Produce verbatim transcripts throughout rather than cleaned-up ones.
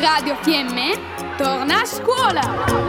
Radio Fiemme torna a scuola!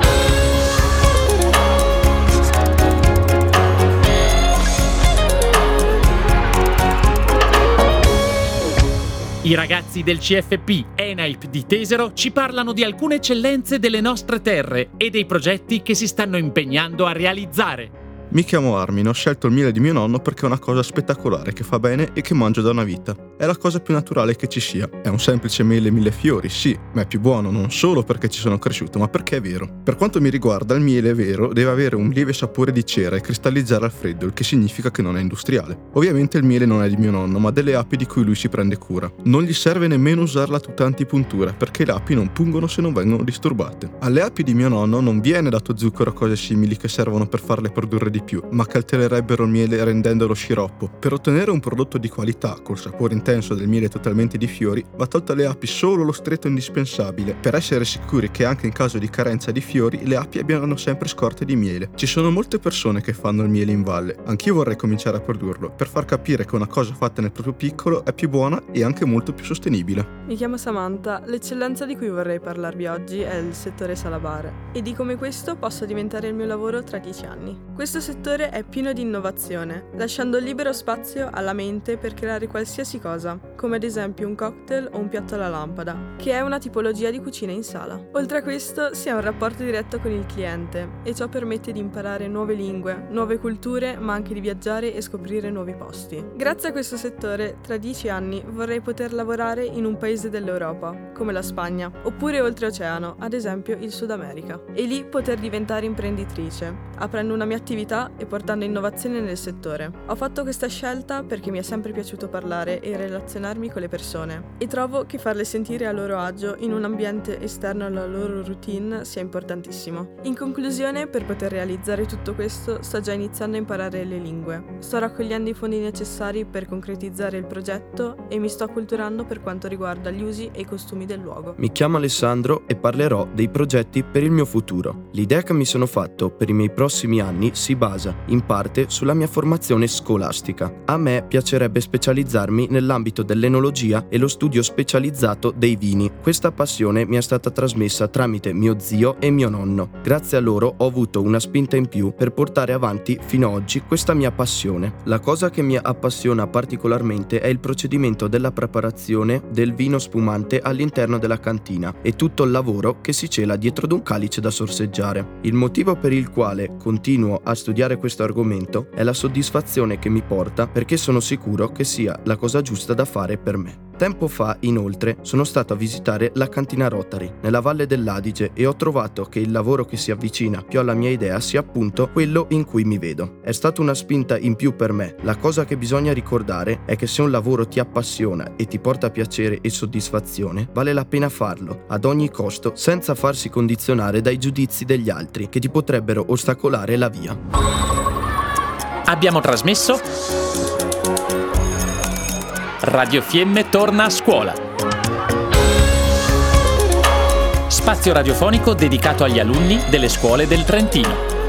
I ragazzi del C F P ENAIP di Tesero ci parlano di alcune eccellenze delle nostre terre e dei progetti che si stanno impegnando a realizzare. Mi chiamo Armin, ho scelto il miele di mio nonno perché è una cosa spettacolare che fa bene e che mangio da una vita. È la cosa più naturale che ci sia. È un semplice miele mille fiori, sì, ma è più buono non solo perché ci sono cresciuto, ma perché è vero. Per quanto mi riguarda, il miele vero deve avere un lieve sapore di cera e cristallizzare al freddo, il che significa che non è industriale. Ovviamente il miele non è di mio nonno, ma delle api di cui lui si prende cura. Non gli serve nemmeno usarla tutta antipuntura, perché le api non pungono se non vengono disturbate. Alle api di mio nonno non viene dato zucchero o cose simili che servono per farle produrre di più, ma che altererebbero il miele rendendolo sciroppo. Per ottenere un prodotto di qualità, col sapore intenso del miele totalmente di fiori, va tolto alle api solo lo stretto indispensabile, per essere sicuri che anche in caso di carenza di fiori le api abbiano sempre scorte di miele. Ci sono molte persone che fanno il miele in valle, anch'io vorrei cominciare a produrlo, per far capire che una cosa fatta nel proprio piccolo è più buona e anche molto più sostenibile. Mi chiamo Samantha, l'eccellenza di cui vorrei parlarvi oggi è il settore salabare e di come questo possa diventare il mio lavoro tra dieci anni. Questo settore è pieno di innovazione, lasciando libero spazio alla mente per creare qualsiasi cosa, come ad esempio un cocktail o un piatto alla lampada, che è una tipologia di cucina in sala. Oltre a questo si ha un rapporto diretto con il cliente e ciò permette di imparare nuove lingue, nuove culture, ma anche di viaggiare e scoprire nuovi posti. Grazie a questo settore, tra dieci anni vorrei poter lavorare in un paese dell'Europa, come la Spagna, oppure oltreoceano, ad esempio il Sud America, e lì poter diventare imprenditrice, aprendo una mia attività e portando innovazione nel settore. Ho fatto questa scelta perché mi è sempre piaciuto parlare e relazionarmi con le persone e trovo che farle sentire a loro agio in un ambiente esterno alla loro routine sia importantissimo. In conclusione, per poter realizzare tutto questo, sto già iniziando a imparare le lingue. Sto raccogliendo i fondi necessari per concretizzare il progetto e mi sto acculturando per quanto riguarda gli usi e i costumi del luogo. Mi chiamo Alessandro e parlerò dei progetti per il mio futuro. L'idea che mi sono fatto per i miei prossimi anni si basa, in parte, sulla mia formazione scolastica. A me piacerebbe specializzarmi nell'ambito dell'enologia e lo studio specializzato dei vini. Questa passione mi è stata trasmessa tramite mio zio e mio nonno. Grazie a loro ho avuto una spinta in più per portare avanti fino ad oggi questa mia passione. La cosa che mi appassiona particolarmente è il procedimento della preparazione del vino spumante all'interno della cantina e tutto il lavoro che si cela dietro ad un calice da sorseggiare. Il motivo per il quale continuo a studiare questo argomento è la soddisfazione che mi porta, perché sono sicuro che sia la cosa giusta da fare per me. Tempo fa, inoltre, sono stato a visitare la cantina Rotary nella Valle dell'Adige e ho trovato che il lavoro che si avvicina più alla mia idea sia appunto quello in cui mi vedo. È stata una spinta in più per me. La cosa che bisogna ricordare è che se un lavoro ti appassiona e ti porta piacere e soddisfazione, vale la pena farlo ad ogni costo, senza farsi condizionare dai giudizi degli altri che ti potrebbero ostacolare la via. Abbiamo trasmesso Radio Fiemme torna a scuola. Spazio radiofonico dedicato agli alunni delle scuole del Trentino.